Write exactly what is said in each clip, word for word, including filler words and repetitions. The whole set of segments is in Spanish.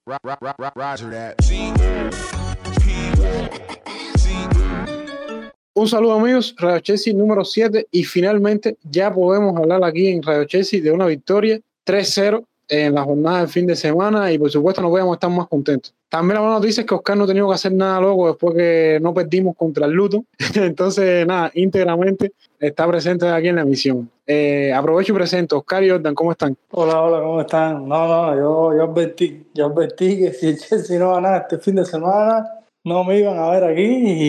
Un saludo amigos, Radio Chelsea número siete y finalmente ya podemos hablar aquí en Radio Chelsea de una victoria tres cero en la jornada del fin de semana y por supuesto nos vamos a estar más contentos. También la buena noticia es que Oscar no ha tenido que hacer nada loco después que no perdimos contra el Luton. Entonces nada, íntegramente está presente aquí en la emisión. Eh, aprovecho y presento Oscar y Jordan, ¿cómo están? Hola, hola, ¿cómo están? No, no, yo, yo advertí, yo advertí que si el Chelsea no ganaba este fin de semana no me iban a ver aquí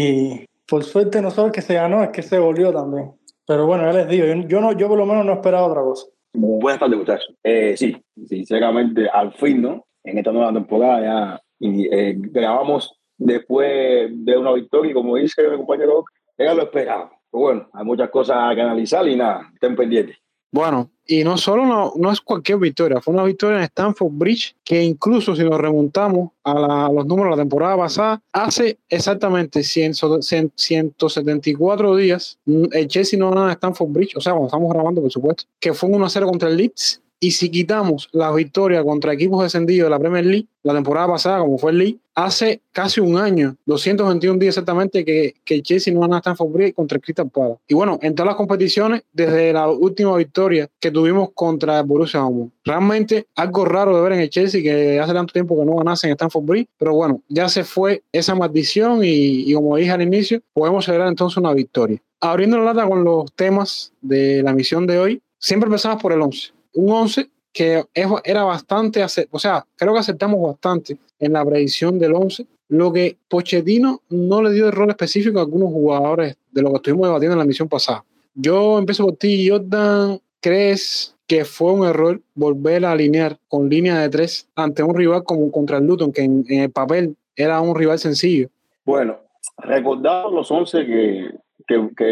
y por suerte no solo es que se ganó, es que se volvió también. Pero bueno, ya les digo, yo, yo, no, yo por lo menos no esperaba otra cosa. Buenas tardes, muchachos. Eh, sí, sinceramente, al fin, ¿no? En esta nueva temporada ya y, eh, grabamos después de una victoria y como dice mi compañero, era lo esperado. Pero bueno, hay muchas cosas que analizar y nada, estén pendientes. Bueno, y no solo no, no es cualquier victoria, fue una victoria en Stamford Bridge que incluso si nos remontamos a, la, a los números de la temporada pasada, hace exactamente cien, ciento setenta y cuatro días el Chelsea no gana en Stamford Bridge, o sea, cuando estamos grabando por supuesto, que fue un uno a cero contra el Leeds. Y si quitamos las victorias contra equipos descendidos de la Premier League, la temporada pasada, como fue el League, hace casi un año, doscientos veintiún días exactamente, que, que el Chelsea no gana Stamford Bridge contra el Crystal Palace. Y bueno, en todas las competiciones, desde la última victoria que tuvimos contra el Borussia Dortmund. Realmente algo raro de ver en el Chelsea, que hace tanto tiempo que no ganase en Stamford Bridge, pero bueno, ya se fue esa maldición y, y como dije al inicio, podemos celebrar entonces una victoria. Abriendo la lata con los temas de la misión de hoy, siempre empezamos por el once. Un once que era bastante, o sea, creo que aceptamos bastante en la predicción del once, lo que Pochettino no le dio de rol específico a algunos jugadores de lo que estuvimos debatiendo en la misión pasada. Yo empiezo por ti, Jordan. ¿Crees que fue un error volver a alinear con línea de tres ante un rival como contra el Luton, que en, en el papel era un rival sencillo? Bueno, recordamos los once que, que, que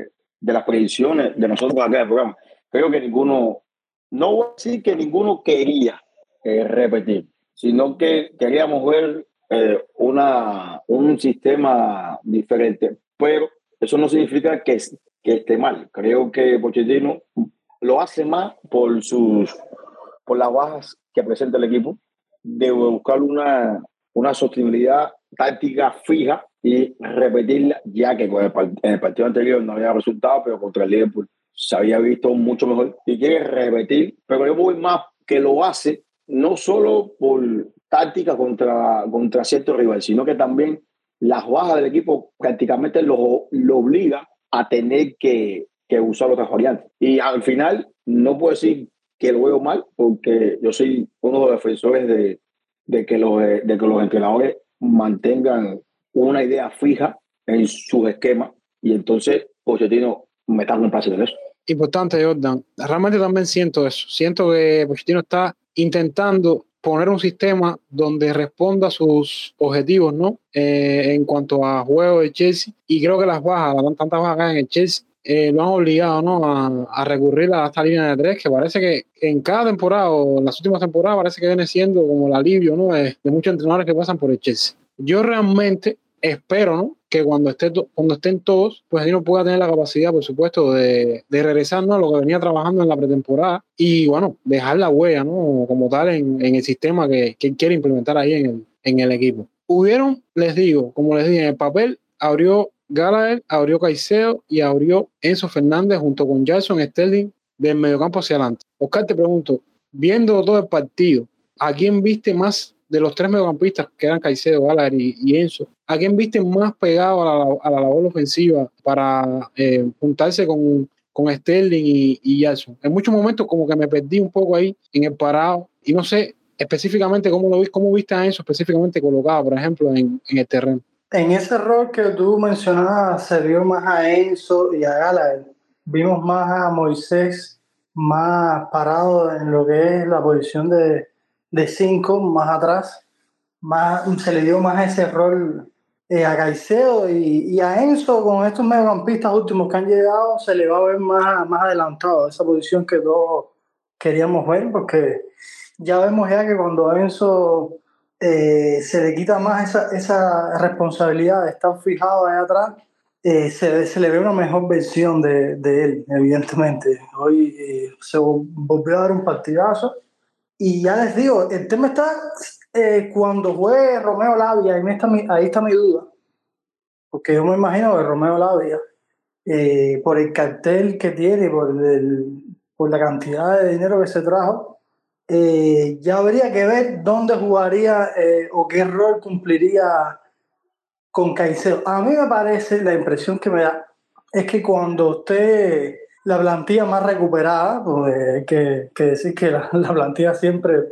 de las predicciones de nosotros acá del programa, creo que ninguno, no voy a decir que ninguno quería eh, repetir, sino que queríamos ver eh, una, un sistema diferente, pero eso no significa que, que esté mal. Creo que Pochettino lo hace más por, sus, por las bajas que presenta el equipo, de buscar una, una sostenibilidad táctica fija y repetirla, ya que con el, en el partido anterior no había resultado, pero contra el Liverpool se había visto mucho mejor y quiere repetir, pero yo voy más que lo hace no solo por táctica contra, contra cierto rival, sino que también las bajas del equipo prácticamente lo, lo obliga a tener que, que usar otras variantes. Y al final no puedo decir que lo veo mal, porque yo soy uno de los defensores de, de, que, los, de que los entrenadores mantengan una idea fija en sus esquemas y entonces Pochettino me está complaciendo en eso. Importante, Jordan. Realmente también siento eso. Siento que Pochettino está intentando poner un sistema donde responda a sus objetivos, ¿no? Eh, en cuanto a juego de Chelsea. Y creo que las bajas, las tantas bajas en el Chelsea, eh, lo han obligado, ¿no? A, a recurrir a esta línea de tres, que parece que en cada temporada o en las últimas temporadas parece que viene siendo como el alivio, ¿no? De, de muchos entrenadores que pasan por el Chelsea. Yo realmente espero, ¿no? Que cuando, esté to- cuando estén todos, pues no pueda tener la capacidad, por supuesto, de, de regresar, ¿no? A lo que venía trabajando en la pretemporada y, bueno, dejar la huella, ¿no? Como tal en, en el sistema que, que quiere implementar ahí en el, en el equipo. Hubieron, les digo, como les dije, en el papel abrió Gallagher, abrió Caicedo y abrió Enzo Fernández junto con Jason Sterling del mediocampo hacia adelante. Oscar, te pregunto, viendo todo el partido, ¿a quién viste más de los tres mediocampistas que eran Caicedo, Gallagher y, y Enzo? ¿A quién viste más pegado a la, a la labor ofensiva para eh, juntarse con, con Sterling y, y Jason? En muchos momentos como que me perdí un poco ahí en el parado y no sé específicamente cómo lo vi, cómo viste a Enzo específicamente colocado, por ejemplo, en, en el terreno. En ese rol que tú mencionabas se vio más a Enzo y a Gallagher. Vimos más a Moisés más parado en lo que es la posición de, de cinco, más atrás. Más, se le dio más ese rol eh, a Caicedo y, y a Enzo con estos mediocampistas últimos que han llegado se le va a ver más, más adelantado, esa posición que todos queríamos ver, porque ya vemos ya que cuando a Enzo eh, se le quita más esa, esa responsabilidad de estar fijado ahí atrás, eh, se, se le ve una mejor versión de, de él, evidentemente. Hoy eh, se volvió a dar un partidazo y ya les digo, el tema está eh, cuando juegue Romeo Lavia, ahí está, mi, ahí está mi duda, porque yo me imagino que Romeo Lavia, eh, por el cartel que tiene, por, el, por la cantidad de dinero que se trajo, eh, ya habría que ver dónde jugaría eh, o qué rol cumpliría con Caicedo. A mí me parece, la impresión que me da, es que cuando usted la plantilla más recuperada, pues hay que, que decir que la, la plantilla siempre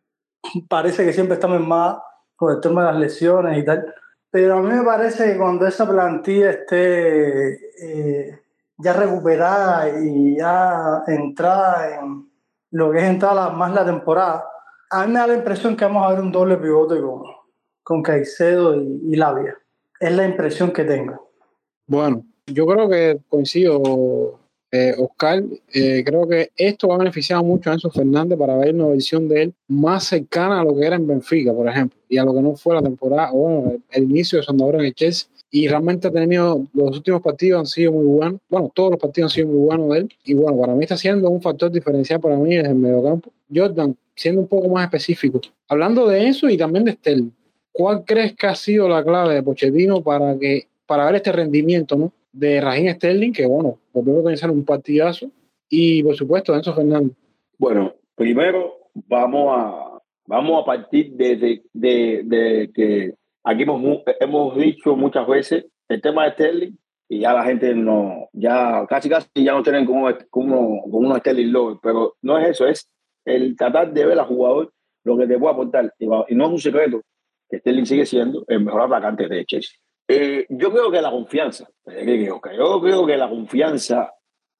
parece que siempre está mermada con el tema de las lesiones y tal, pero a mí me parece que cuando esa plantilla esté eh, ya recuperada y ya entrada en lo que es entrar la, más la temporada, a mí me da la impresión que vamos a ver un doble pivote con, con Caicedo y, y Lavia. Es la impresión que tengo. Bueno, yo creo que coincido, eh, Oscar. Eh, creo que esto va a beneficiar mucho a Enzo Fernández para ver una versión de él más cercana a lo que era en Benfica, por ejemplo, y a lo que no fue la temporada, o bueno, el, el inicio de su andadura en el Chelsea. Y realmente ha tenido, los últimos partidos han sido muy buenos. Bueno, todos los partidos han sido muy buenos de él. Y bueno, para mí está siendo un factor diferencial para mí desde el mediocampo. Jordan, siendo un poco más específico, hablando de eso y también de Sterling, ¿cuál crees que ha sido la clave de Pochettino para que para ver este rendimiento, ¿no?, de Raheem Sterling, que bueno, volvió a organizar un partidazo, y por supuesto Enzo Fernández? Bueno, primero vamos a, vamos a partir de, de, de, de que aquí hemos, hemos dicho muchas veces el tema de Sterling, y ya la gente no, ya casi casi ya no tienen como, como, como unos Sterling Lover, pero no es eso, es el tratar de ver al jugador lo que te puede aportar, y, y no es un secreto que Sterling sigue siendo el mejor atacante de Chelsea. Eh, yo creo que la confianza, yo creo que la confianza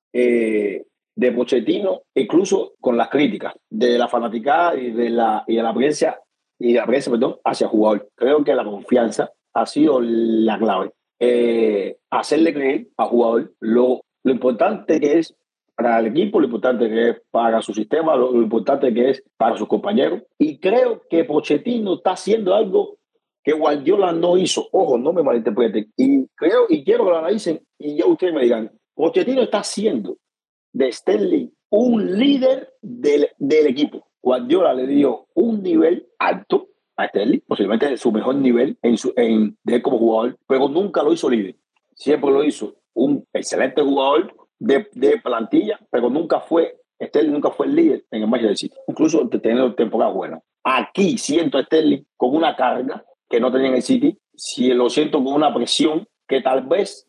eh, de Pochettino, incluso con las críticas de la fanaticada y de la, y de la prensa, y de la prensa, perdón, hacia el jugador. Creo que la confianza ha sido la clave. Eh, hacerle creer al jugador lo, lo importante que es para el equipo, lo importante que es para su sistema, lo, lo importante que es para sus compañeros. Y creo que Pochettino está haciendo algo que Guardiola no hizo. Ojo, no me malinterpreten. Y creo y quiero que lo analicen y ya ustedes me digan, Pochettino está haciendo de Sterling un líder del, del equipo. Guardiola le dio un nivel alto a Sterling, posiblemente su mejor nivel en su, en, de él como jugador, pero nunca lo hizo líder. Siempre lo hizo un excelente jugador de, de plantilla, pero nunca fue, Sterling nunca fue el líder en el Manchester City, incluso teniendo temporada buena. Aquí siento a Sterling con una carga que no tenía en el City, si lo siento con una presión que tal vez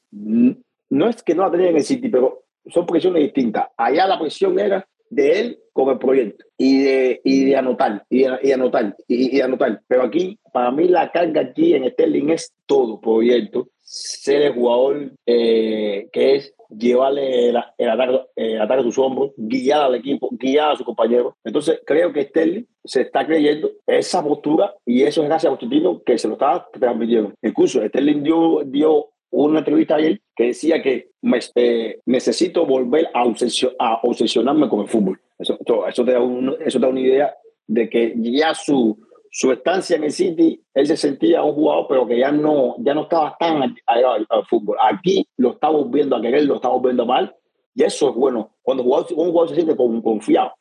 no es que no la tenía en el City, pero son presiones distintas. Allá la presión era de él con el proyecto y de, y de anotar, y de, y de anotar, y, y de anotar. Pero aquí, para mí, la carga aquí en Sterling es todo proyecto, ser el jugador eh, que es llevarle el, el, ataque, el ataque a sus hombros, guiar al equipo, guiar a sus compañeros. Entonces, creo que Sterling se está creyendo esa postura y eso es gracias a Pochettino que se lo estaba transmitiendo. Incluso Sterling dio, dio una entrevista ayer que decía que me, eh, necesito volver a, obsesio, a obsesionarme con el fútbol. Eso, eso, te da un, eso te da una idea de que ya su, su estancia en el City, él se sentía un jugador, pero que ya no, ya no estaba tan al, al, al fútbol. Aquí lo estamos viendo a querer, lo estamos viendo mal, y eso es bueno. Cuando un jugador, un jugador se siente confiado,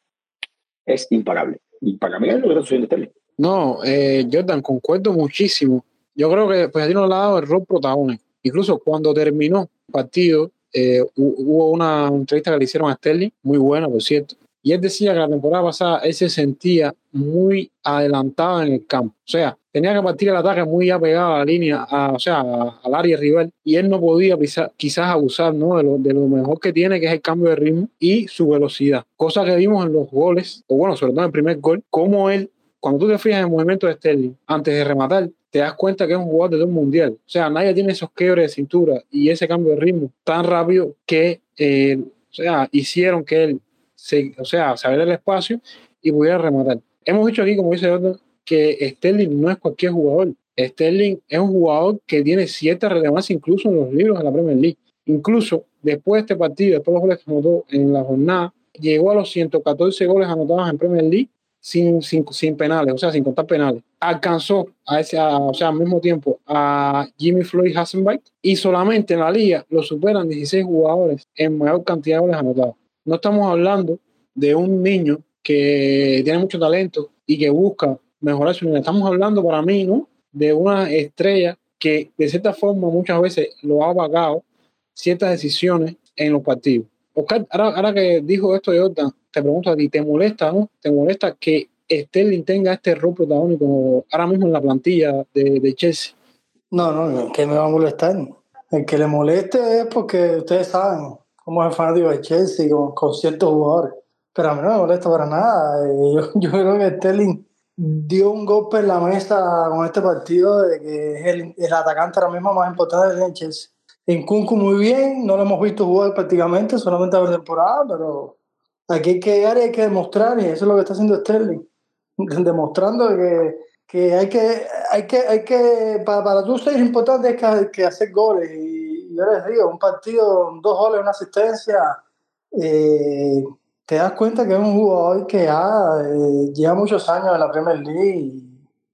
es imparable. Y para mí es lo que está sucediendo Sterling. No, eh, Jordan, concuerdo muchísimo. Yo creo que Pochettino le ha dado el rol protagónico. Incluso cuando terminó el partido, eh, hubo una entrevista que le hicieron a Sterling, muy buena, por cierto, y él decía que la temporada pasada él se sentía muy adelantado en el campo. O sea, tenía que partir el ataque muy apegado a la línea, a, o sea, a, al área rival, y él no podía quizás, quizás abusar, ¿no?, de, lo, de lo mejor que tiene, que es el cambio de ritmo y su velocidad. Cosa que vimos en los goles, o bueno, sobre todo en el primer gol, cómo él, cuando tú te fijas en el movimiento de Sterling, antes de rematar, te das cuenta que es un jugador de todo el mundial. O sea, nadie tiene esos quiebres de cintura y ese cambio de ritmo tan rápido que eh, o sea, hicieron que él se, o sea, se abriera el espacio y pudiera rematar. Hemos dicho aquí, como dice Jordan, que Sterling no es cualquier jugador. Sterling es un jugador que tiene cierta relevancia incluso en los libros de la Premier League. Incluso después de este partido, después de los goles que anotó en la jornada, llegó a los ciento catorce goles anotados en Premier League Sin, sin, sin penales, o sea, sin contar penales. Alcanzó a ese, a, o sea, al mismo tiempo a Jimmy Floyd Hasselbaink y solamente en la liga lo superan dieciséis jugadores en mayor cantidad de goles anotados. No estamos hablando de un niño que tiene mucho talento y que busca mejorar su nivel. Estamos hablando para mí, ¿no?, de una estrella que de cierta forma muchas veces lo ha pagado ciertas decisiones en los partidos. Oscar, ahora, ahora que dijo esto de Jordan, te pregunto a ti, ¿te molesta, no? ¿Te molesta que Sterling tenga este rol protagónico ahora mismo en la plantilla de, de Chelsea? No, no, ¿qué me va a molestar? El que le moleste es porque ustedes saben cómo es el fanático de Chelsea con, con ciertos jugadores. Pero a mí no me molesta para nada. Eh, Yo, yo creo que Sterling dio un golpe en la mesa con este partido de que es el, el atacante ahora mismo más importante de Chelsea. En Nkunku muy bien, no lo hemos visto jugar prácticamente, solamente a temporada, pero aquí hay que llegar y hay que demostrar, y eso es lo que está haciendo Sterling, demostrando que, que hay que, hay que, hay que para, para tú ser importante hay que, que hacer goles, y yo les digo, un partido, dos goles, una asistencia, eh, te das cuenta que es un jugador que ya eh, lleva muchos años en la Premier League, y,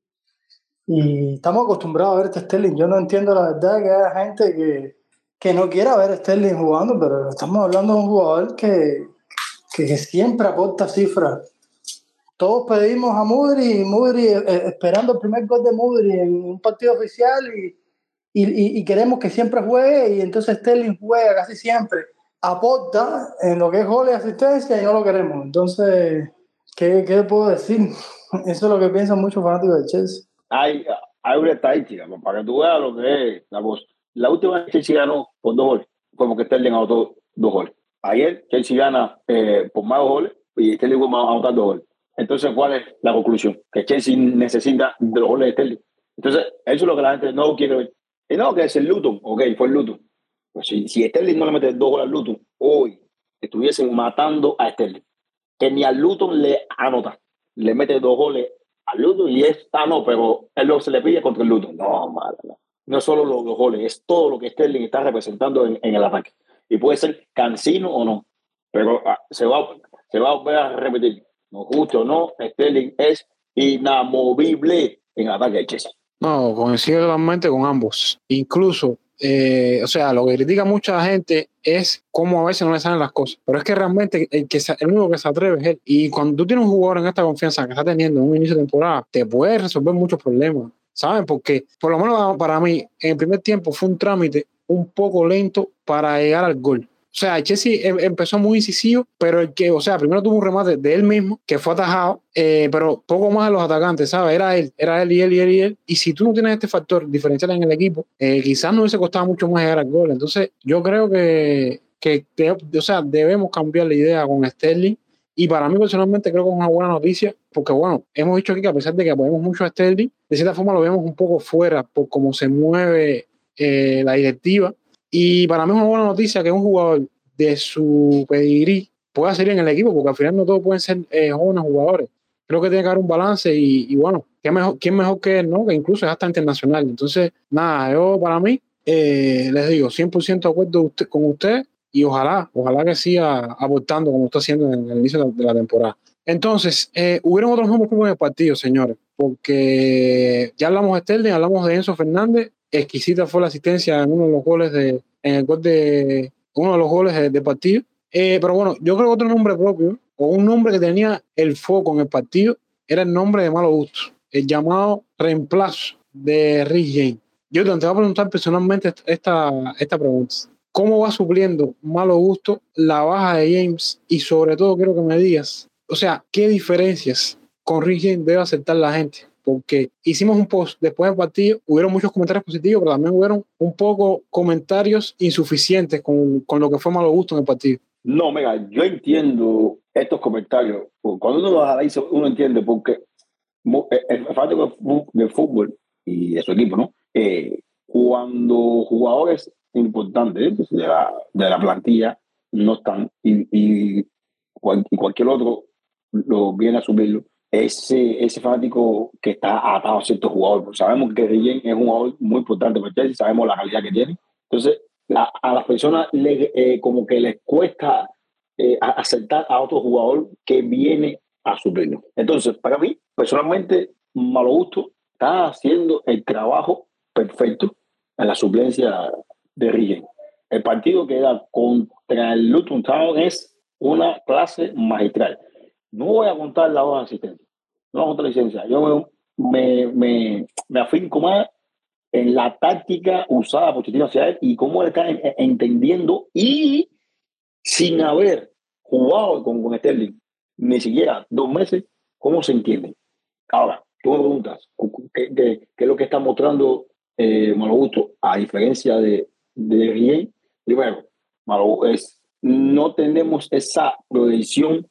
y estamos acostumbrados a ver este Sterling. Yo no entiendo la verdad que haya gente que, que no quiera ver a Sterling jugando, pero estamos hablando de un jugador que, que, que siempre aporta cifras. Todos pedimos a Mudryk, y Mudryk eh, esperando el primer gol de Mudryk en un partido oficial, y, y, y queremos que siempre juegue, y entonces Sterling juega casi siempre, aporta en lo que es goles y asistencia, y no lo queremos. Entonces, ¿qué, qué puedo decir? Eso es lo que piensan muchos fanáticos de Chelsea. Hay, hay una estadística, pues, para que tú veas lo que es la cosa. La última vez Chelsea ganó por dos goles, fue porque Sterling anotó dos goles. Ayer Chelsea gana eh, por más goles y Sterling va a anotar dos goles. Entonces, ¿cuál es la conclusión? Que Chelsea necesita de los goles de Sterling. Entonces, eso es lo que la gente no quiere ver. Y no, que es el Luton. Ok, fue el Luton. Pues si, si Sterling no le mete dos goles al Luton, hoy estuviesen matando a Sterling. Que ni al Luton le anota. Le mete dos goles al Luton y es, ah, no, pero él lo se le pide contra el Luton. No, madre, no. No es solo los, los goles, es todo lo que Sterling está representando en, en el ataque. Y puede ser cansino o no, pero ah, se, va, se va a volver a repetir. No justo o no, Sterling es inamovible en ataque de Chelsea. No, coincido totalmente con ambos. Incluso, eh, o sea, lo que critica mucha gente es cómo a veces no le salen las cosas. Pero es que realmente el, que se, el único que se atreve es él. Y cuando tú tienes un jugador en esta confianza que está teniendo en un inicio de temporada, te puede resolver muchos problemas, ¿saben? Porque, por lo menos para mí, en el primer tiempo fue un trámite un poco lento para llegar al gol. O sea, Chelsea empezó muy incisivo, pero el que, o sea, primero tuvo un remate de él mismo, que fue atajado, eh, pero poco más de los atacantes, ¿sabes? Era él, era él y él y él y él. Y si tú no tienes este factor diferencial en el equipo, eh, quizás no hubiese costado mucho más llegar al gol. Entonces, yo creo que, que de, o sea, debemos cambiar la idea con Sterling. Y para mí, personalmente, creo que es una buena noticia, porque, bueno, hemos dicho aquí que a pesar de que apoyamos mucho a Sterling, de cierta forma lo vemos un poco fuera por cómo se mueve eh, la directiva. Y para mí es una buena noticia que un jugador de su pedigrí pueda salir en el equipo, porque al final no todos pueden ser eh, jóvenes jugadores. Creo que tiene que haber un balance y, y bueno, ¿quién mejor, quién mejor que él, no? Que incluso es hasta internacional. Entonces, nada, yo para mí, eh, les digo, cien por ciento de acuerdo usted, con usted y ojalá, ojalá que siga aportando como está haciendo en el inicio de la temporada. Entonces, eh, hubieron otros nombres como en el partido, señores, porque ya hablamos de Sterling, hablamos de Enzo Fernández. Exquisita fue la asistencia en uno de los goles de, en el gol de uno de los goles de, de partido. Eh, pero bueno, yo creo que otro nombre propio, o un nombre que tenía el foco en el partido, era el nombre de Malo Gusto, el llamado reemplazo de Reece James. Yo te voy a preguntar personalmente esta, esta pregunta. ¿Cómo va supliendo Malo Gusto la baja de James? Y sobre todo quiero que me digas, o sea, ¿qué diferencias con Reece James debe aceptar la gente? Porque hicimos un post después del partido, hubieron muchos comentarios positivos, pero también hubieron un poco comentarios insuficientes con, con lo que fue Malo Gusto en el partido. No, mira, yo entiendo estos comentarios. Cuando uno los analiza, uno entiende porque el fanático del fútbol y de su equipo, ¿no? Eh, cuando jugadores importantes de la, de la plantilla no están y, y, y cualquier otro lo viene a subirlo, ese, ese fanático que está atado a ciertos jugadores, porque sabemos que Reyen es un jugador muy importante para Chelsea, sabemos la calidad que tiene. Entonces, a, a las personas le, eh, como que les cuesta eh, aceptar a otro jugador que viene a suplirlo. Entonces, para mí, personalmente, Malo Gusto está haciendo el trabajo perfecto en la suplencia de Reyen. El partido que da contra el Luton Town es una clase magistral. No voy a contar la hoja de asistencia, no voy a contar la licencia. Yo me, me, me afinco más en la táctica usada por Pochettino hacia él y cómo él está en, en, entendiendo y sin haber jugado con, con Sterling ni siquiera dos meses, cómo se entiende. Ahora, tú me preguntas, ¿qué, qué, qué es lo que está mostrando eh, Malo Gusto a diferencia de, de Rien? Primero, Malo es, no tenemos esa proyección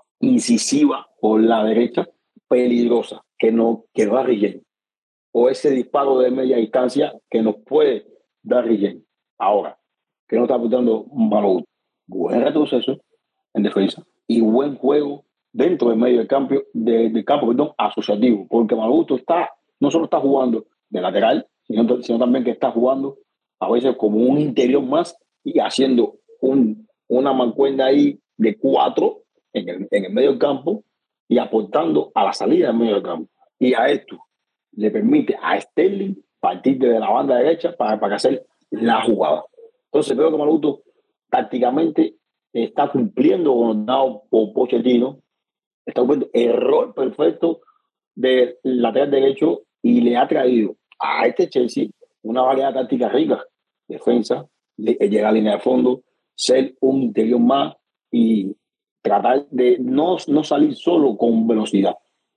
incisiva por la derecha peligrosa que no que da Rien, o ese disparo de media distancia que nos puede dar Rien. Ahora, que no está apuntando Malo, buen retroceso en defensa y buen juego dentro del medio del campo, de, del campo perdón, asociativo, porque Malo está, no solo está jugando de lateral, sino, sino también que está jugando a veces como un interior más y haciendo un, una mancuerna ahí de cuatro en el, en el medio del campo y aportando a la salida del medio del campo. Y a esto le permite a Sterling partir desde la banda derecha para, para hacer la jugada. Entonces veo que Maluto tácticamente está cumpliendo con lo dado por Pochettino, está cumpliendo error perfecto del lateral derecho y le ha traído a este Chelsea una variedad táctica rica. Defensa, llegar a línea de fondo, ser un interior más y tratar de no, no salir solo con velocidad,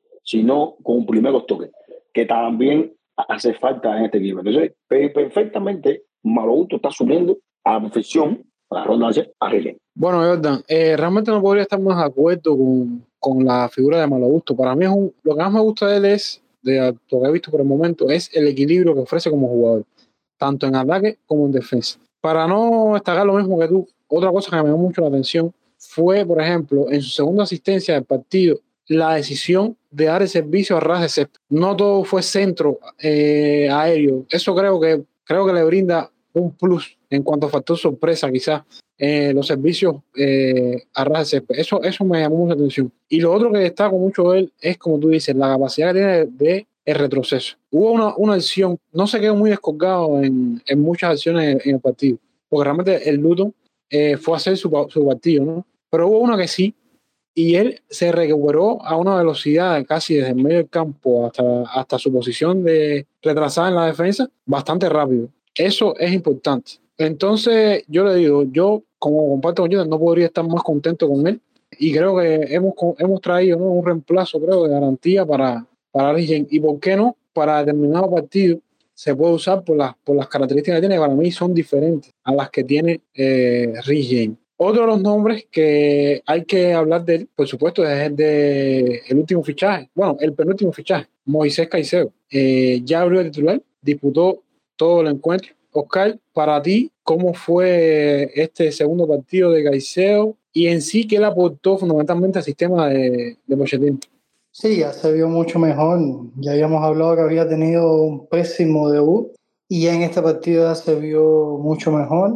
sino con primeros toques, que también hace falta en este equipo. Entonces, perfectamente, Malo está subiendo a la perfección a la ronda a Riley. Bueno, Jordan, eh, realmente no podría estar más de acuerdo con, con la figura de Malo Gusto. Para mí es un, lo que más me gusta de él es, de lo que he visto por el momento, es el equilibrio que ofrece como jugador, tanto en ataque como en defensa. Para no destacar lo mismo que tú, otra cosa que me llamó mucho la atención fue, por ejemplo, en su segunda asistencia del partido, la decisión de dar el servicio a ras de césped. No todo fue centro eh, aéreo. Eso creo que, creo que le brinda un plus en cuanto a factor sorpresa, quizás, eh, los servicios eh, a ras de césped. Eso, eso me llamó mucha atención. Y lo otro que destaco mucho de él es, como tú dices, la capacidad que tiene de, de el retroceso. Hubo una, una acción, no se quedó muy descolgado en, en muchas acciones en, en el partido, porque realmente el Luton eh, fue a hacer su, su partido, ¿no? Pero hubo una que sí, y él se recuperó a una velocidad casi desde el medio del campo hasta, hasta su posición de retrasada en la defensa, bastante rápido. Eso es importante. Entonces, yo le digo, yo como comparto con Jonathan, no podría estar más contento con él, y creo que hemos, hemos traído, ¿no?, un reemplazo, creo, de garantía para, para Rigen. Y por qué no, para determinado partido se puede usar por las, por las características que tiene, que para mí son diferentes a las que tiene eh, Rigen. Otro de los nombres que hay que hablar de él, por supuesto, es el de el último fichaje, bueno, el penúltimo fichaje, Moisés Caicedo. Eh, ya abrió el titular, disputó todo el encuentro. Oscar, para ti, ¿cómo fue este segundo partido de Caicedo y en sí qué le aportó fundamentalmente al sistema de, de Pochettino? Sí, ya se vio mucho mejor. Ya habíamos hablado que había tenido un pésimo debut y ya en este partido ya se vio mucho mejor.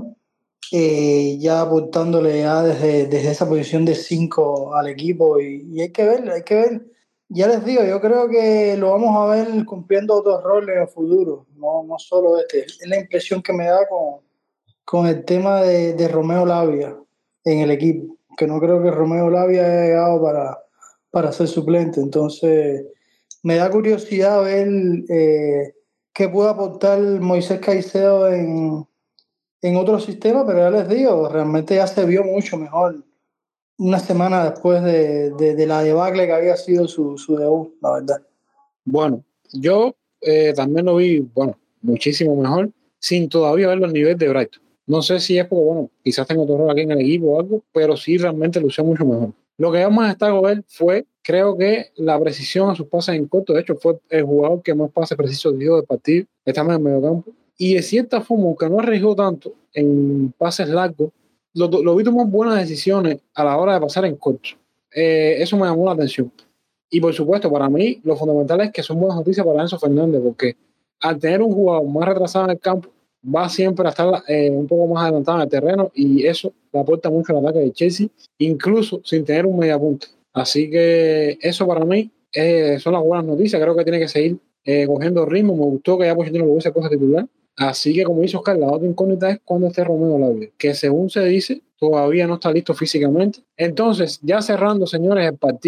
Eh, ya aportándole ya desde, desde esa posición de cinco al equipo y, y hay que ver, hay que ver. Ya les digo, yo creo que lo vamos a ver cumpliendo otros roles en el futuro, no, no solo este. Es la impresión que me da con, con el tema de, de Romeo Lavia en el equipo, que no creo que Romeo Lavia haya llegado para, para ser suplente. Entonces, me da curiosidad ver eh, qué puede aportar Moisés Caicedo en en otro sistema, pero ya les digo, realmente ya se vio mucho mejor una semana después de, de, de la debacle que había sido su, su debut, la verdad. Bueno, yo eh, también lo vi, bueno, muchísimo mejor, sin todavía ver los niveles de Brighton. No sé si es porque, bueno, quizás tengo otro rol aquí en el equipo o algo, pero sí realmente lució mucho mejor. Lo que más destacó ver fue, creo que la precisión a sus pases en corto. De hecho, fue el jugador que más pases precisos dio del partido, está en el mediocampo. Y de cierta forma, aunque no arriesgó tanto en pases largos, lo, lo vi tomar buenas decisiones a la hora de pasar en corto. Eh, eso me llamó la atención. Y por supuesto, para mí, lo fundamental es que son buenas noticias para Enzo Fernández, porque al tener un jugador más retrasado en el campo, va siempre a estar eh, un poco más adelantado en el terreno y eso le aporta mucho al ataque de Chelsea, incluso sin tener un mediapunta. Así que eso para mí eh, son las buenas noticias. Creo que tiene que seguir eh, cogiendo ritmo. Me gustó que ya Pochettino lo hubiese cogido titular. Así que, como dice Oscar, la otra incógnita es cuándo esté Romeo Lavia, que según se dice, todavía no está listo físicamente. Entonces, ya cerrando, señores, el partido,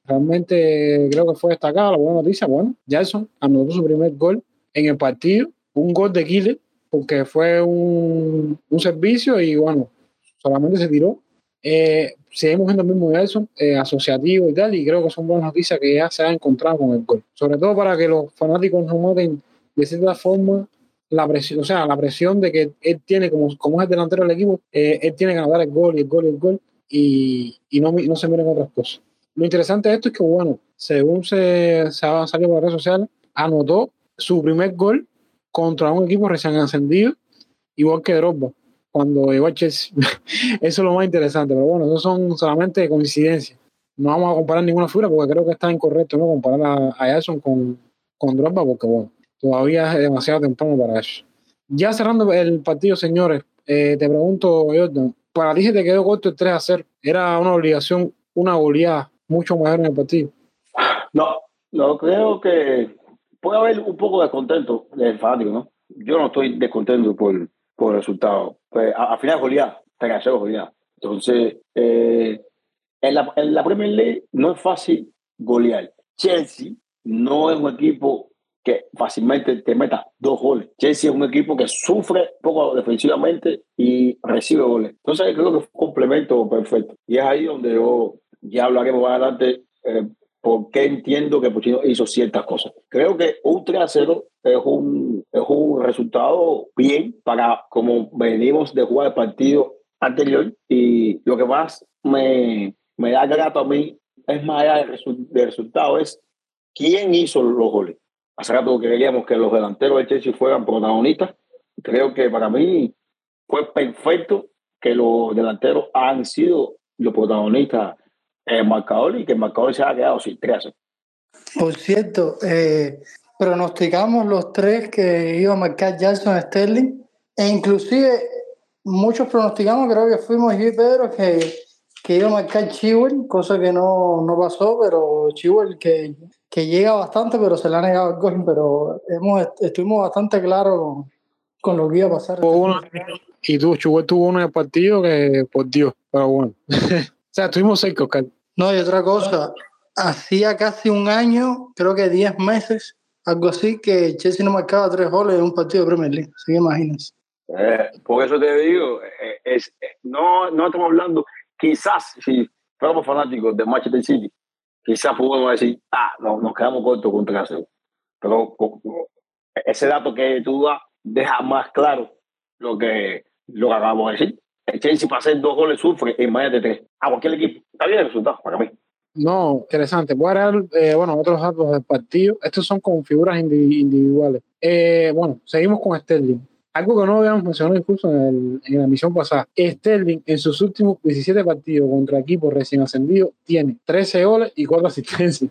realmente creo que fue destacada. La buena noticia, bueno, Jackson anotó su primer gol en el partido, un gol de killer, porque fue un, un servicio y bueno, solamente se tiró. Eh, seguimos viendo el mismo Jackson, eh, asociativo y tal, y creo que son buenas noticias que ya se ha encontrado con el gol. Sobre todo para que los fanáticos no noten de cierta forma la presión, o sea, la presión de que él tiene, como, como es el delantero del equipo, eh, él tiene que anotar el gol y el gol y el gol, y, y no, no se miren otras cosas. Lo interesante de esto es que, bueno, según se, se ha salido por las redes sociales, anotó su primer gol contra un equipo recién ascendido, igual que Drogba, cuando llegó a Chelsea. Eso es lo más interesante, pero bueno, eso son solamente coincidencias. No vamos a comparar ninguna figura porque creo que está incorrecto, ¿no? Comparar a, a Jackson con, con Drogba, porque bueno, todavía es demasiado temprano para eso. Ya cerrando el partido, señores, eh, te pregunto, Jordan, para ti se te quedó corto el tres a cero. ¿Era una obligación, una goleada mucho mejor en el partido? No, no creo que puede haber un poco de descontento del fanático, ¿no? Yo no estoy descontento por, por el resultado. Pues, a- al final goleada, tres a cero goleada. Entonces, eh, en, la, en la Premier League no es fácil golear. Chelsea no es un equipo que fácilmente te meta dos goles. Chelsea es un equipo que sufre poco defensivamente y recibe goles. Entonces creo que fue un complemento perfecto. Y es ahí donde yo ya hablaremos más adelante eh, por qué entiendo que Pochettino hizo ciertas cosas. Creo que un tres a cero es un, es un resultado bien para como venimos de jugar el partido anterior, y lo que más me, me da grato a mí es más allá del, resu- del resultado, es quién hizo los goles. Hace rato que queríamos que los delanteros de Chelsea fueran protagonistas. Creo que para mí fue perfecto que los delanteros han sido los protagonistas en el marcador y que el marcador se ha quedado sin tres. Por cierto, eh, pronosticamos los tres que iba a marcar Jackson Sterling, e inclusive muchos pronosticamos, creo que fuimos yo y Pedro, que, que iba a marcar Chilwell, cosa que no, no pasó, pero Chilwell que, que llega bastante, pero se le ha negado el gol, pero hemos, estuvimos bastante claros con, con lo que iba a pasar. Tuvo uno, y tú, Chubut tuvo uno en el partido que, por Dios, pero bueno. O sea, estuvimos cerca, Oscar. No, y otra cosa, hacía casi un año, creo que diez meses, algo así, que Chelsea no marcaba tres goles en un partido de Premier League. Así que imagínense. Eh, por eso te digo, eh, es, eh, no, no estamos hablando, quizás si fuéramos fanáticos de Manchester City, quizás podemos decir, ah, no, nos quedamos cortos con tres a cero. Pero co- co- ese dato que tú das deja más claro lo que, lo que acabamos de decir. El Chelsea para hacer dos goles sufre en más de tres. A cualquier equipo. Está bien el resultado para mí. No, interesante. Voy a dar, eh, bueno, otros datos del partido. Estos son con figuras indi- individuales. Eh, bueno, seguimos con Sterling. Algo que no habíamos mencionado incluso en, el, en la emisión pasada. Sterling en sus últimos diecisiete partidos contra equipos recién ascendidos tiene trece goles y cuatro asistencias.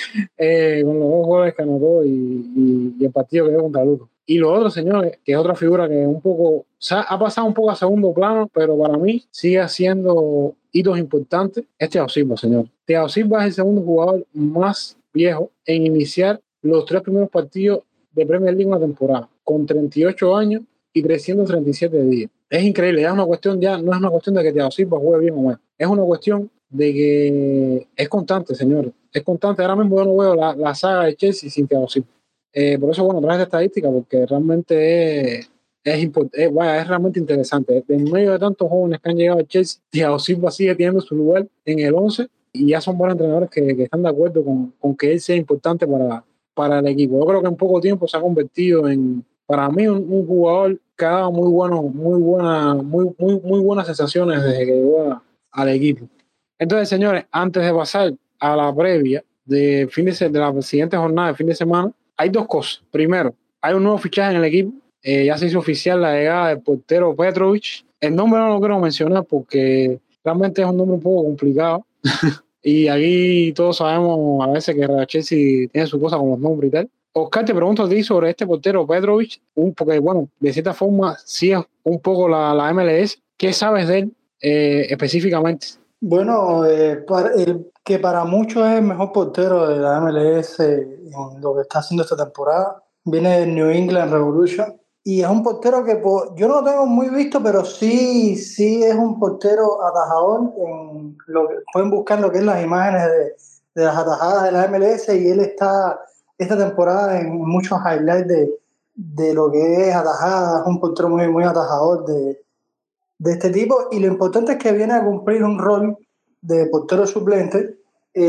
eh, con los dos goles que anotó y, y, y el partido que dio contra Luto. Y lo otro, señores, que es otra figura que un poco, o sea, ha pasado un poco a segundo plano, pero para mí sigue haciendo hitos importantes, es Thiago Silva, señor. Thiago Silva es el segundo jugador más viejo en iniciar los tres primeros partidos de Premier League en una temporada, con treinta y ocho años y trescientos treinta y siete días. Es increíble, ya es una cuestión, ya no es una cuestión de que Thiago Silva juegue bien o mal, es una cuestión de que es constante, señor. Es constante. Ahora mismo yo no veo la, la saga de Chelsea sin Thiago Silva. Eh, por eso, bueno, traje esta estadística, porque realmente es, es, import- es, vaya, es realmente interesante. En medio de tantos jóvenes que han llegado a Chelsea, Thiago Silva sigue teniendo su lugar en el once y ya son buenos entrenadores que, que están de acuerdo con, con que él sea importante para, para el equipo. Yo creo que en poco tiempo se ha convertido en, para mí, un, un jugador que ha dado muy, bueno, muy, buena, muy, muy, muy buenas sensaciones desde que llegó a, al equipo. Entonces, señores, antes de pasar a la previa de, fin de, se- de la siguiente jornada de fin de semana, hay dos cosas. Primero, hay un nuevo fichaje en el equipo. Eh, ya se hizo oficial la llegada del portero Petrovic. El nombre no lo quiero mencionar porque realmente es un nombre un poco complicado. Y aquí todos sabemos a veces que Chelsea tiene su cosa con los nombres y tal. Oscar, te pregunto a ti sobre este portero Petrovic, un, porque bueno, de cierta forma sí es un poco la, la M L S. ¿Qué sabes de él eh, específicamente? Bueno, eh, para- el que para muchos es el mejor portero de la M L S en lo que está haciendo esta temporada. Viene del New England Revolution y es un portero que po- yo no lo tengo muy visto, pero sí, sí es un portero atajador. En lo que, pueden buscar lo que es las imágenes de, de las atajadas de la M L S, y él está esta temporada en muchos highlights de, de lo que es atajadas, un portero muy, muy atajador de, de este tipo, y lo importante es que viene a cumplir un rol de portero suplente.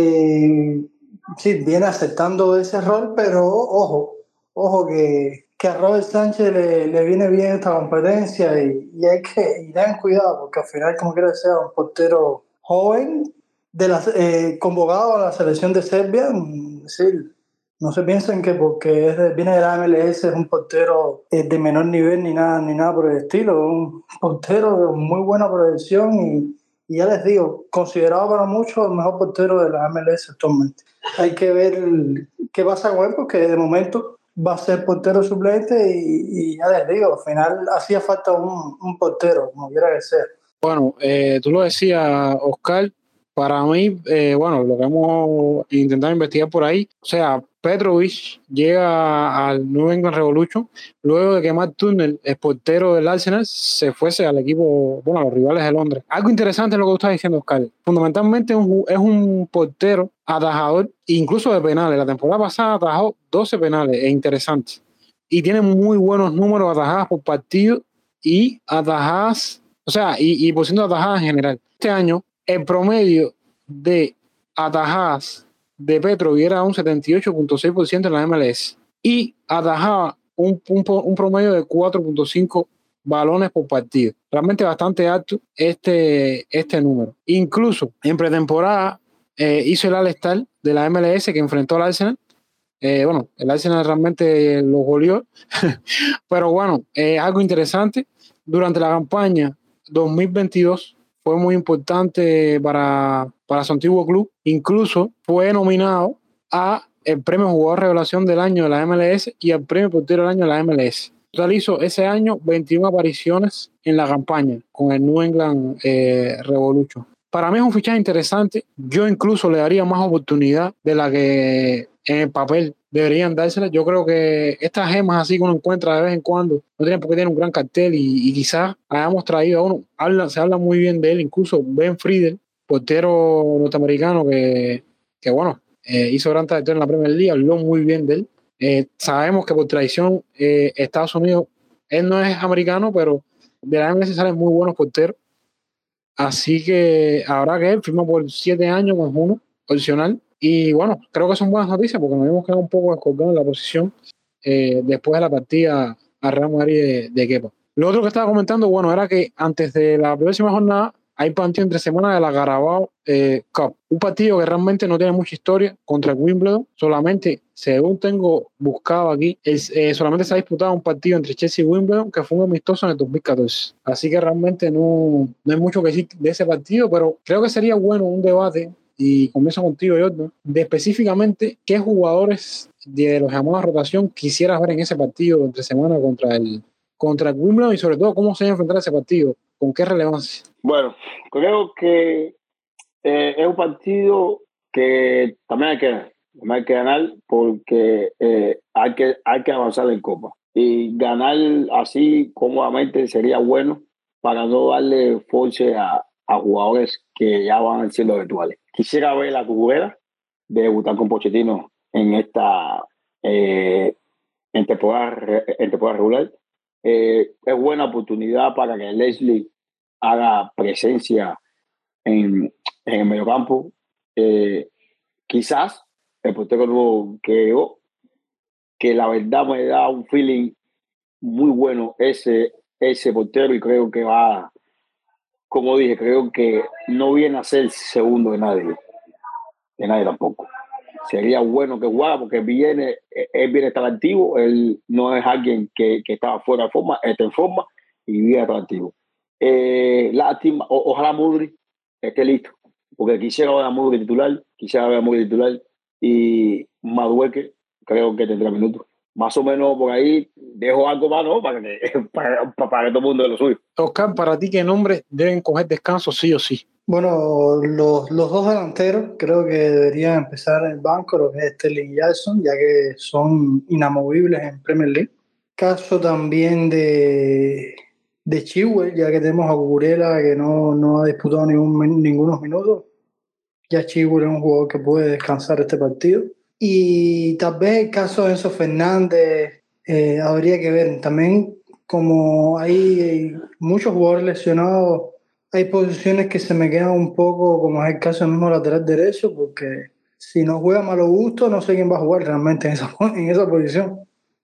Eh, sí, viene aceptando ese rol, pero ojo, ojo que, que a Robert Sánchez le, le viene bien esta competencia, y, y hay que y tengan cuidado, porque al final, como quiera que sea, un portero joven de la, eh, convocado a la selección de Serbia, sí, no se piensen que porque es de, viene de la M L S es un portero eh, de menor nivel ni nada, ni nada por el estilo. Es un portero de muy buena proyección, y, y ya les digo, considerado para muchos el mejor portero de la M L S actualmente. Hay que ver qué pasa con él, porque de momento va a ser portero suplente, y, y ya les digo, al final hacía falta un, un portero, como quiera que sea. Bueno, eh, tú lo decías, Oscar. Para mí, eh, bueno, lo que hemos intentado investigar por ahí, o sea, Petrovic llega al New England Revolution luego de que Matt Turner, el portero del Arsenal, se fuese al equipo, bueno, a los rivales de Londres. Algo interesante es lo que tú estás diciendo, Oscar. Fundamentalmente es un, es un portero atajador, incluso de penales. La temporada pasada atajó doce penales, es interesante. Y tiene muy buenos números atajadas por partido y atajadas, o sea, y, y por ciento de atajadas en general. Este año, el promedio de atajadas de Petrovic era un setenta y ocho punto seis por ciento en la M L S y atajaba un, un, un promedio de cuatro punto cinco balones por partido. Realmente bastante alto este, este número. Incluso en pretemporada eh, hizo el All-Star de la M L S que enfrentó al Arsenal. Eh, bueno, el Arsenal realmente lo goleó, pero bueno, es eh, algo interesante. Durante la campaña dos mil veintidós fue muy importante para, para su antiguo club. Incluso fue nominado a el premio Jugador Revelación del Año de la M L S y al premio Portero del Año de la M L S. Total hizo ese año veintiuna apariciones en la campaña con el New England eh, Revolution. Para mí es un fichaje interesante. Yo incluso le daría más oportunidad de la que en el papel deberían dársela. Yo creo que estas gemas así que uno encuentra de vez en cuando no tienen por qué tener un gran cartel, y, y quizás hayamos traído a uno. Habla, se habla muy bien de él, incluso Ben Friedel, portero norteamericano que, que bueno, eh, hizo gran trayectoria en la Premier League, habló muy bien de él. Eh, sabemos que por tradición eh, Estados Unidos, él no es americano, pero de la M L S salen muy buenos porteros. Así que habrá que él firma por siete años más uno opcional. Y bueno, creo que son buenas noticias porque nos hemos quedado un poco descolgados en la posición eh, después de la partida a Real Madrid de, de Kepa. Lo otro que estaba comentando, bueno, era que antes de la próxima jornada hay partido entre semana de la Carabao eh, Cup. Un partido que realmente no tiene mucha historia contra el Wimbledon. Solamente, según tengo buscado aquí, es, eh, solamente se ha disputado un partido entre Chelsea y Wimbledon que fue un amistoso en el dos mil catorce. Así que realmente no, no hay mucho que decir de ese partido, pero creo que sería bueno un debate, y comienzo contigo, Jordan, de específicamente qué jugadores de los llamados a rotación quisieras ver en ese partido entre semana contra el, contra el Wimbledon, y sobre todo cómo se va a enfrentar ese partido, con qué relevancia. Bueno, creo que eh, es un partido que también hay que, también hay que ganar porque eh, hay, que, hay que avanzar en Copa. Y ganar así cómodamente sería bueno para no darle force a, a jugadores que ya van siendo virtuales. Quisiera ver la Cubera de debutar con Pochettino en esta eh, en, temporada, en temporada regular. Eh, es buena oportunidad para que Leslie haga presencia en, en el mediocampo. Eh, quizás el portero nuevo que llegó, que la verdad me da un feeling muy bueno ese, ese portero, y creo que va, como dije, creo que no viene a ser segundo de nadie, de nadie tampoco. Sería bueno que jugara porque viene, él viene a estar activo, él no es alguien que, que estaba fuera de forma, está en forma y viene a estar activo. Eh, lástima, o, ojalá Mudryk esté listo, porque quisiera ver a Mudryk titular, quisiera ver a Mudryk titular, y Madueke creo que tendrá minutos. Más o menos por ahí dejo algo más, ¿no? Para que, para, para que todo el mundo de lo suyo. Oscar, para ti, ¿qué nombres deben coger descanso sí o sí? Bueno, los, los dos delanteros creo que deberían empezar en el banco, lo que es Sterling y Jackson, ya que son inamovibles en Premier League. Caso también de, de Chilwell, ya que tenemos a Cucurella que no, no ha disputado ningún, ningunos minutos. Ya Chibur es un jugador que puede descansar este partido. Y tal vez el caso de Enzo Fernández eh, habría que ver. También como hay muchos jugadores lesionados, hay posiciones que se me quedan un poco, como es el caso del mismo lateral derecho, porque si no juega Malo Gusto, no sé quién va a jugar realmente en esa, en esa posición.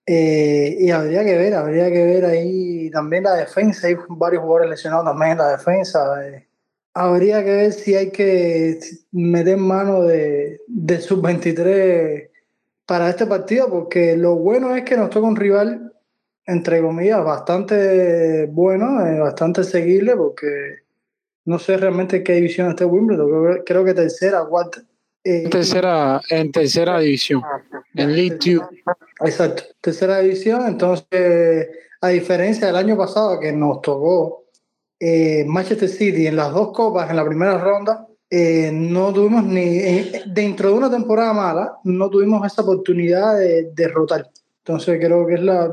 Eh, y habría que ver, habría que ver ahí también la defensa. Hay varios jugadores lesionados también en la defensa. Eh, habría que ver si hay que meter mano de, de sub veintitrés para este partido, porque lo bueno es que nos toca un rival, entre comillas, bastante bueno, eh, bastante seguible, porque no sé realmente qué división está Wimbledon, creo, creo que tercera, cuarta. En Eh, y, tercera, en tercera división, ya, en League tercera, Two. exacto, tercera división. Entonces, a diferencia del año pasado que nos tocó eh, Manchester City en las dos copas en la primera ronda, eh, no tuvimos ni, eh, dentro de una temporada mala, no tuvimos esa oportunidad de derrotar. Entonces creo que es la,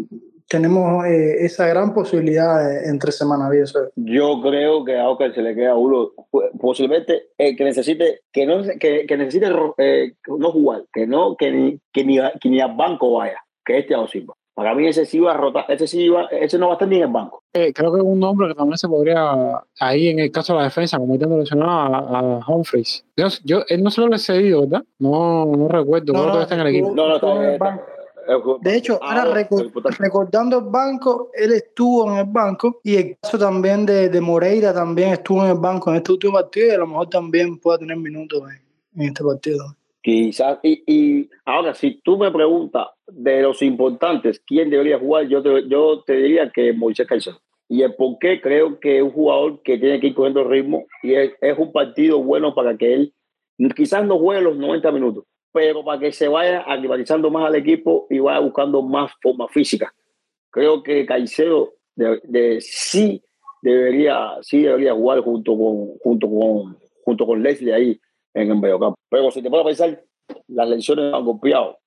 tenemos eh, esa gran posibilidad eh, entre semana. Eso. Yo creo que a Oscar se le queda uno, posiblemente eh, que necesite, que no que, que necesite eh, no jugar, que no, que ni, que ni, que ni al banco vaya, que este Thiago Silva. Para mí ese sí va a rotar, ese sí va, ese no va a estar ni en el banco. Eh, creo que es un nombre que también se podría, ahí en el caso de la defensa, como intento mencionar a, a Humphreys. Yo, yo, él no se lo he cedido, ¿verdad? No, no recuerdo, No, creo que todavía no, está en el equipo. estuvo, No, no, estuvo está, en el está, banco. está, De hecho, ahora ahora, record, recordando el banco, él estuvo en el banco y el caso también de, de Moreira también estuvo en el banco en este último partido y a lo mejor también pueda tener minutos en, en este partido. Quizás, y, y ahora, si tú me preguntas de los importantes, ¿quién debería jugar? Yo te, yo te diría que Moisés Caicedo. Y el por qué creo que es un jugador que tiene que ir cogiendo ritmo y es, es un partido bueno para que él quizás no juegue los noventa minutos, pero para que se vaya aclimatizando más al equipo y vaya buscando más forma física. Creo que Caicedo de, de, sí, debería, sí debería jugar junto con, junto con, junto con Leslie ahí en el mediocampo. Pero si te puedo pensar, las lesiones han golpeado,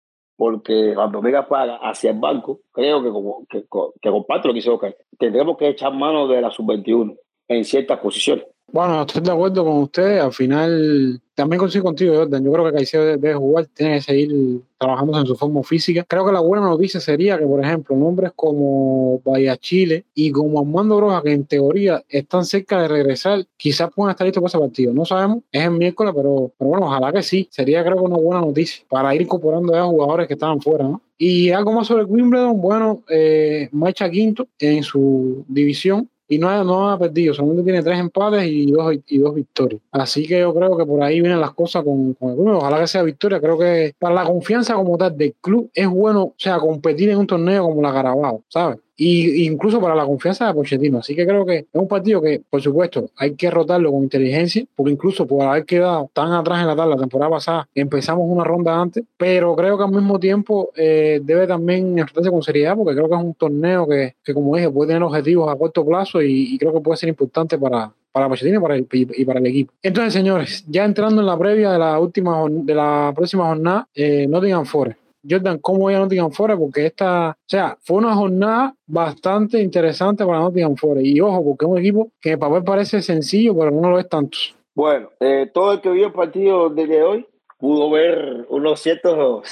porque cuando Vega paga hacia el banco, creo que, como, que, que comparto lo que hizo Oscar, tendremos que echar mano de la sub veintiuno en ciertas posiciones. Bueno, estoy de acuerdo con usted. Al final, también coincido contigo, Jordan. Yo creo que Caicedo debe jugar, tiene que seguir trabajando en su forma física. Creo que la buena noticia sería que, por ejemplo, nombres como Chile y como Armando Broja, que en teoría están cerca de regresar, quizás puedan estar listos para ese partido. No sabemos, es el miércoles, pero, pero bueno, ojalá que sí. Sería, creo que, una buena noticia para ir incorporando a jugadores que estaban fuera, ¿no? Y algo más sobre el Wimbledon, bueno, eh, marcha quinto en su división. Y no ha, no ha perdido, solamente tiene tres empates y dos, y dos victorias. Así que yo creo que por ahí vienen las cosas con, con el club. Ojalá que sea victoria. Creo que para la confianza como tal del club es bueno, o sea, competir en un torneo como la Carabao, ¿sabes? Y incluso para la confianza de Pochettino. Así que creo que es un partido que, por supuesto, hay que rotarlo con inteligencia, porque incluso por haber quedado tan atrás en la tabla la temporada pasada, empezamos una ronda antes, pero creo que al mismo tiempo eh, debe también enfrentarse con seriedad, porque creo que es un torneo que, que como dije, puede tener objetivos a corto plazo y, y creo que puede ser importante para, para Pochettino y para, el, y para el equipo. Entonces, señores, ya entrando en la previa de la última de la próxima jornada, eh, Nottingham Forest. Jordan, ¿cómo voy a Nottingham Forest? Porque esta, o sea, fue una jornada bastante interesante para Nottingham Forest. Y ojo, porque es un equipo que en papel parece sencillo, pero no lo es tanto. Bueno, eh, todo el que vio el partido desde hoy pudo ver unos ciertos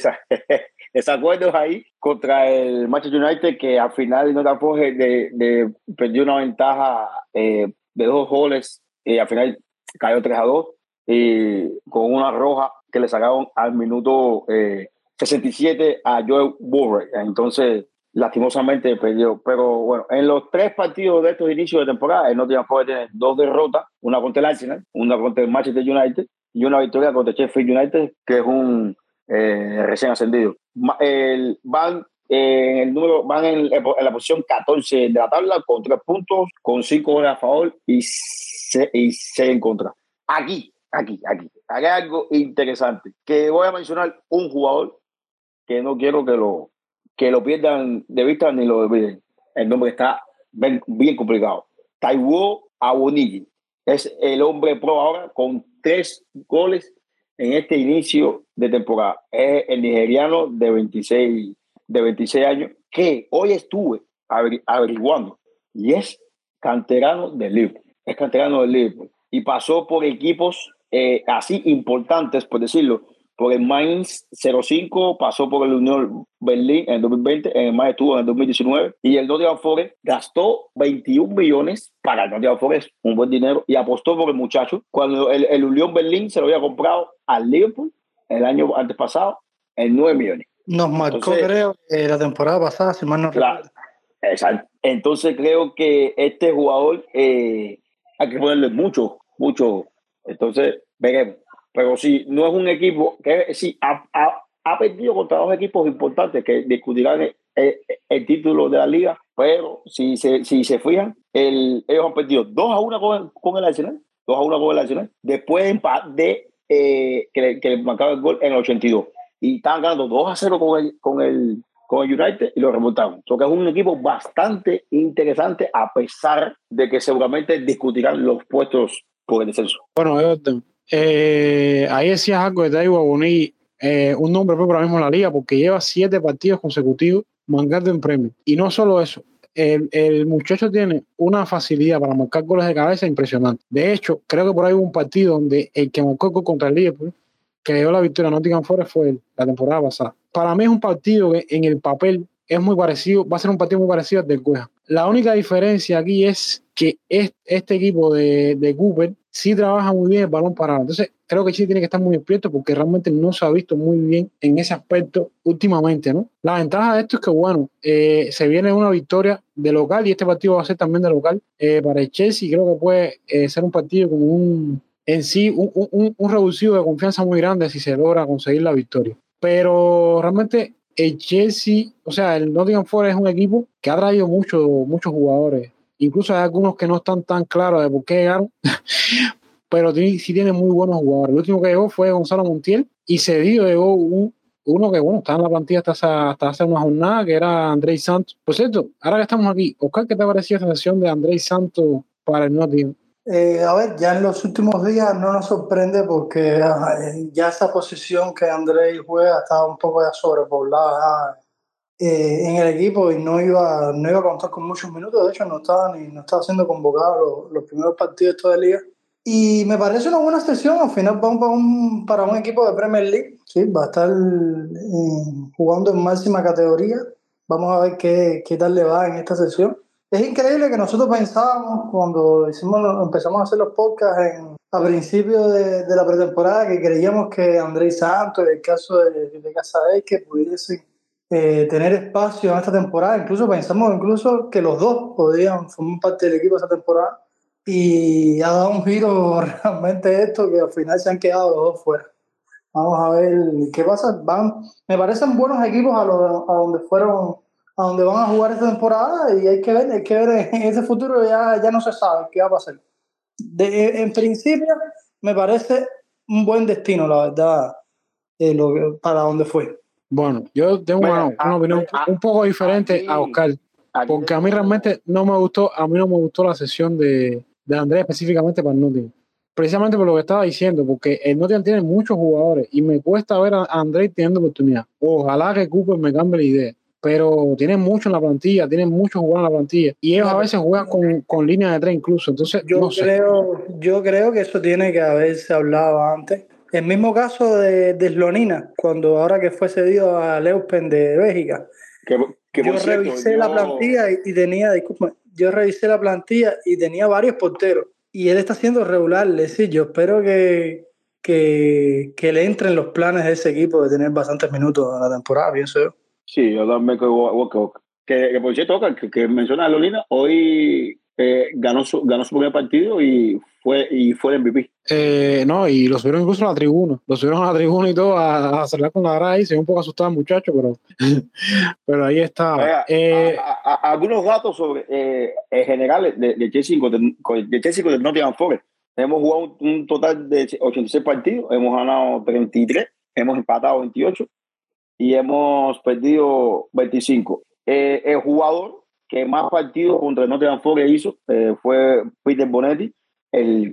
desacuerdos ahí contra el Manchester United, que al final no tampoco de, de, perdió una ventaja eh, de dos goles y al final cayó tres a dos y con una roja que le sacaron al minuto eh, sesenta y siete a Joe Burrell. Entonces, lastimosamente perdió. Pero bueno, en los tres partidos de estos inicios de temporada, el Nottingham Forest tiene dos derrotas, una contra el Arsenal, una contra el Manchester United y una victoria contra el Sheffield United, que es un eh, recién ascendido. El, van eh, el número van en, en la posición catorce de la tabla con tres puntos, con cinco goles a favor y seis en contra. Aquí, aquí, aquí. Hay algo interesante, que voy a mencionar un jugador que no quiero que lo, que lo pierdan de vista ni lo olviden. El nombre está bien, bien complicado. Taiwo Awoniyi es el hombre pro ahora con tres goles en este inicio de temporada. Es el nigeriano de veintiséis, de veintiséis años que hoy estuve averiguando y es canterano del Liverpool. Es canterano del Liverpool y pasó por equipos eh, así importantes, por decirlo, por el Mainz cero cinco, pasó por el Unión Berlín en el dos mil veinte, en el Mainz estuvo en el dos mil diecinueve, y el Nottingham Forest gastó veintiún millones para el Nottingham Forest, un buen dinero, y apostó por el muchacho, cuando el, el Unión Berlín se lo había comprado al Liverpool el año antes pasado en nueve millones. Nos marcó, entonces, creo, eh, la temporada pasada, si mal no recuerdo. Exacto. Entonces creo que este jugador eh, hay que ponerle mucho, mucho. Entonces, veremos. Pero si no es un equipo que sí ha, ha, ha perdido contra dos equipos importantes que discutirán el, el, el título de la liga, pero si se, si se fijan, el, ellos han perdido dos a uno con, con el Arsenal, dos a uno con el Arsenal, después de, de eh, que, que le marcaba el gol en el ochenta y dos. Y estaban ganando dos a cero con el, con el, con el United y lo remontaron. So que es un equipo bastante interesante, a pesar de que seguramente discutirán los puestos por el descenso. Bueno, Everton, eh, ahí decías algo de Daiwa Boni, eh, un nombre propio ahora mismo en la liga, porque lleva siete partidos consecutivos marcando en premio. Y no solo eso, el, el muchacho tiene una facilidad para marcar goles de cabeza impresionante. De hecho, creo que por ahí hubo un partido donde el que marcó el gol contra el Liverpool, que dio la victoria a Nottingham Forest, fue él, la temporada pasada. Para mí es un partido que en el papel es muy parecido, va a ser un partido muy parecido al del Cueja. La única diferencia aquí es que es, este equipo de, de Cooper sí trabaja muy bien el balón parado. Entonces creo que Chile tiene que estar muy despierto porque realmente no se ha visto muy bien en ese aspecto últimamente, ¿no? La ventaja de esto es que, bueno, eh, se viene una victoria de local y este partido va a ser también de local eh, para el Chelsea. Creo que puede eh, ser un partido como un en sí un, un, un reducido de confianza muy grande si se logra conseguir la victoria. Pero realmente el Chelsea, o sea, el Nottingham Forest es un equipo que ha traído muchos muchos jugadores. Incluso hay algunos que no están tan claros de por qué llegaron, pero sí tienen muy buenos jugadores. El último que llegó fue Gonzalo Montiel y cedido llegó un, uno que, bueno, estaba en la plantilla hasta, hasta hace una jornada, que era Andrés Santos. Por cierto, ahora que estamos aquí, Oscar, ¿qué te ha parecido esta sesión de Andrés Santos para el Nottingham? Eh, a ver, ya en los últimos días no nos sorprende porque eh, ya esa posición que Andrés juega estaba un poco ya sobrepoblada eh, en el equipo y no iba, no iba a contar con muchos minutos. De hecho, no estaba, ni, no estaba siendo convocado los, los primeros partidos de toda la liga. Y me parece una buena sesión. Al final vamos para un, para un equipo de Premier League. Sí, va a estar eh, jugando en máxima categoría. Vamos a ver qué, qué tal le va en esta sesión. Es increíble que nosotros pensábamos cuando hicimos, empezamos a hacer los podcasts en, a principios de, de la pretemporada, que creíamos que Andrés Santos, en el caso de, de Casadei, que pudiesen eh, tener espacio en esta temporada. Incluso pensamos incluso que los dos podrían formar parte del equipo esta temporada. Y ha dado un giro realmente esto, que al final se han quedado los dos fuera. Vamos a ver qué pasa. Van, me parecen buenos equipos a, lo, a donde fueron, a donde van a jugar esta temporada, y hay que ver, hay que ver en ese futuro. Ya, ya no se sabe qué va a pasar. De, en principio, me parece un buen destino, la verdad, eh, lo, para donde fue. Bueno, yo tengo Mira, una, a- una opinión a- un poco diferente aquí- a Oscar, aquí porque a mí tengo- realmente no me gustó, a mí no me gustó la sesión de, de Andrés específicamente para el Nottingham. Precisamente por lo que estaba diciendo, porque el Nottingham tiene muchos jugadores y me cuesta ver a Andrés teniendo oportunidad. Ojalá que Cooper me cambie la idea, pero tienen mucho en la plantilla, tienen muchos jugadores en la plantilla y ellos No, a veces juegan con, con línea de tres incluso, entonces Yo, no sé. creo, yo creo que eso tiene que haberse hablado antes. El mismo caso de, de Slonina, cuando ahora que fue cedido a Leupen de Bélgica. que, que Yo por cierto, revisé yo- la plantilla y, y tenía, disculpa, yo revisé la plantilla y tenía varios porteros. Y él está siendo regular, es decir, yo espero que, que, que le entren los planes de ese equipo de tener bastantes minutos en la temporada, pienso yo. Sí, yo también creo que, que, que por cierto, Oscar, que, que menciona a Lolina, hoy eh, ganó, su, ganó su primer partido y fue, y fue el M V P. Eh, no, y lo subieron incluso a la tribuna, lo subieron a la tribuna y todo a, a cerrar con la grada ahí, se ve un poco asustado el muchacho, pero, pero ahí está. Oiga, Eh, a- a- a- algunos datos sobre eh, en general de, de Chelsea con el- con- de Chelsea con el Nottingham Forest. Hemos jugado un, un total de ochenta y seis partidos, hemos ganado treinta y tres, hemos empatado veintiocho y hemos perdido veinticinco. Eh, el jugador que más partidos contra el Nottingham Forest hizo eh, fue Peter Bonetti, el,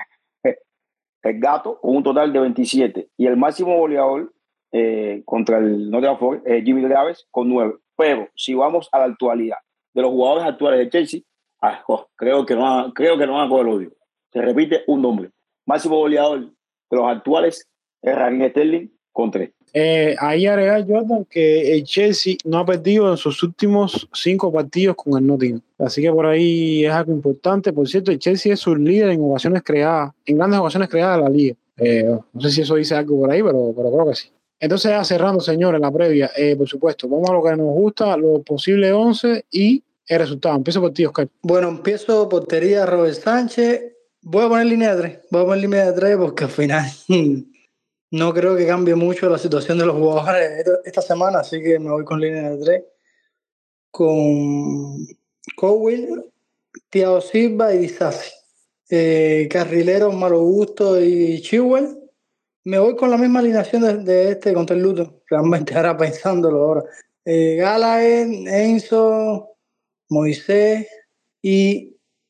el gato, con un total de veintisiete. Y el máximo goleador eh, contra el Nottingham Forest es Jimmy Graves con nueve. Pero si vamos a la actualidad de los jugadores actuales de Chelsea, ah, oh, creo, que no, creo que no van a coger el odio. Se repite un nombre. Máximo goleador de los actuales es Raheem Sterling con tres. Eh, ahí agregar, Jordan, que el Chelsea no ha perdido en sus últimos cinco partidos con el Nottingham. Así que por ahí es algo importante. Por cierto, el Chelsea es su líder en ocasiones creadas, en grandes ocasiones creadas de la liga. Eh, no sé si eso dice algo por ahí, pero, pero creo que sí. Entonces, ya cerrando, señores, la previa, eh, por supuesto, vamos a lo que nos gusta, los posibles once y el resultado. Empiezo por ti, Oscar. Bueno, empiezo portería Robert Sánchez. Voy a poner línea de tres. Voy a poner línea de tres porque al final no creo que cambie mucho la situación de los jugadores esta semana, así que me voy con línea de tres. Con Cowell, Thiago Silva y Disasi. Eh, carrileros Malo Gusto y Chilwell. Me voy con la misma alineación de, de este contra el Luton. Realmente ahora pensándolo ahora. Eh, Gallagher, Enzo, Moisés y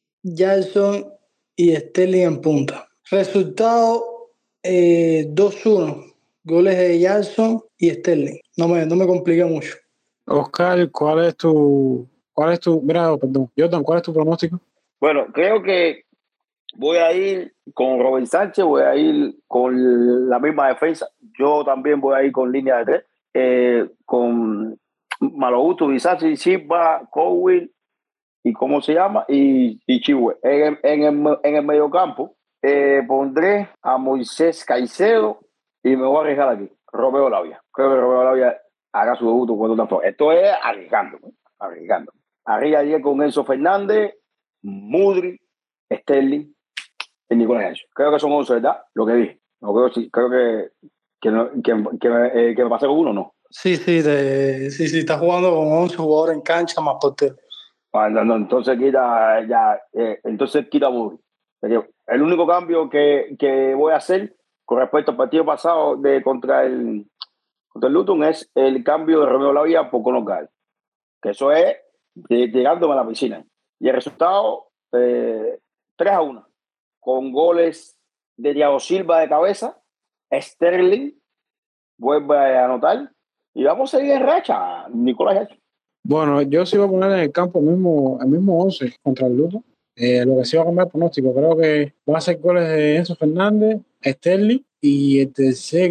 Jackson y Sterling en punta. Resultado eh, dos uno. Goles de Jackson y Sterling. No me, no me compliqué mucho. Oscar, ¿cuál es tu, cuál es tu, mira, perdón, Jordan, ¿cuál es tu pronóstico? Bueno, creo que voy a ir con Robert Sánchez, voy a ir con la misma defensa. Yo también voy a ir con línea de tres, eh, con Malo Gusto, Disasi, Silva, Cowell y ¿cómo se llama? Y, y Chilwell. En, en, el, en el mediocampo eh, pondré a Moisés Caicedo y me voy a arriesgar aquí. Romeo Lavia. Creo que Romeo Lavia haga su debut con una flor. Esto es arriesgando, ¿no? Arriesgando. Arriba ayer con Enzo Fernández, Mudryk, Sterling y Nicolás Jackson. Creo que son once, ¿verdad? Lo que dije. No, creo, sí, creo que, que, no, que, que, me, eh, que me pasé con uno, ¿no? Sí, sí, de, sí, sí, está jugando con once jugadores en cancha más portero. Ah, no, no, entonces quita ya, eh, entonces quita Mudryk. El único cambio que, que voy a hacer con respecto al partido pasado de contra el contra el Luton es el cambio de Romeo Lavia por Conor Gallagher, que eso es de, llegándome a la piscina. Y el resultado eh, tres a uno, con goles de Thiago Silva de cabeza, Sterling vuelve a anotar y vamos a seguir en racha, Nicolás Jackson. Bueno, yo sí voy a poner en el campo el mismo, el mismo once contra el Luton. Eh, lo que sí va a cambiar el pronóstico, creo que va a ser goles de Enzo Fernández, Sterling y el tercer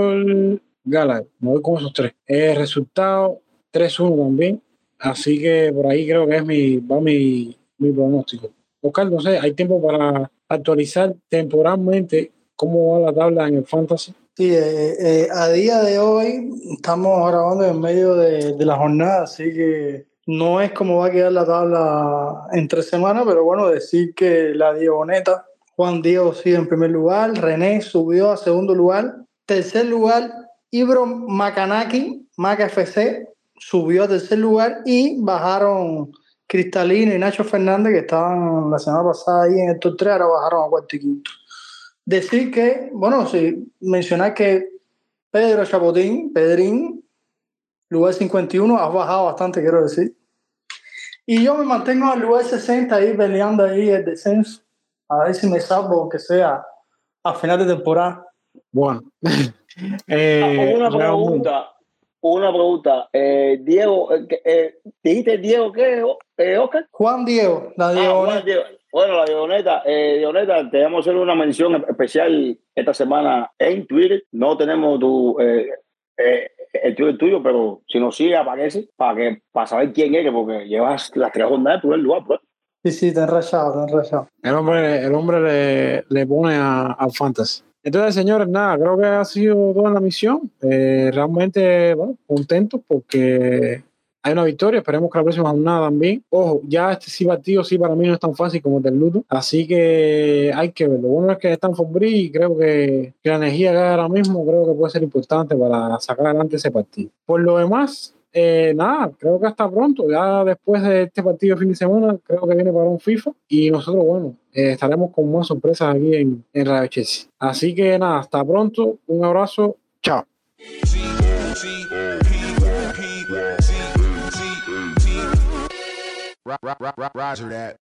gol Gallagher. Me voy con esos tres. El resultado tres uno también. Así que por ahí creo que es mi, va mi, mi pronóstico. Oscar, no sé, hay tiempo para actualizar temporalmente cómo va la tabla en el Fantasy. Sí, eh, eh, a día de hoy estamos grabando en medio de, de la jornada, así que no es como va a quedar la tabla entre semanas, pero bueno, decir que la Diegoneta, Juan Diego sigue en primer lugar, René subió a segundo lugar, tercer lugar, Ibro Macanaki, Maca F C, subió a tercer lugar y bajaron Cristalino y Nacho Fernández, que estaban la semana pasada ahí en el top tres, ahora bajaron a cuarto y quinto. Decir que, bueno, sí, mencionar que Pedro Chapotín, Pedrín, lugar cincuenta y uno, has bajado bastante, quiero decir. Y yo me mantengo en el lugar sesenta ahí peleando ahí el descenso. A ver si me salvo, aunque sea a final de temporada. Bueno. eh, una pregunta, una pregunta. Eh, Diego, eh, eh, ¿dijiste Diego qué, eh, Oscar? Juan Diego, la Diego. Ah, Juan Diego. Bueno, la Dioneta, eh, Dioneta, tenemos que hacer una mención especial esta semana en Twitter. No tenemos tu, eh, eh, el Twitter tuyo, pero si nos sigue aparece para que para saber quién es, porque llevas las tres jornadas en primer lugar, pues. Sí, sí, te han rayado, te han rayado. El hombre, el hombre le, le pone a, a Fantasy. Entonces, señores, nada, creo que ha sido toda la misión. Eh, realmente, bueno, contentos porque hay una victoria. Esperemos que la próxima jornada también. Ojo, ya este sí partido sí para mí no es tan fácil como el del Luton. Así que hay que verlo. Lo bueno es que están Bridge y creo que, que la energía que hay ahora mismo creo que puede ser importante para sacar adelante ese partido. Por lo demás, Eh, nada, creo que hasta pronto. Ya después de este partido de fin de semana, creo que viene para un FIFA. Y nosotros, bueno, eh, estaremos con más sorpresas aquí en, en Radio Chelsea. Así que nada, hasta pronto. Un abrazo. Chao. Roger that.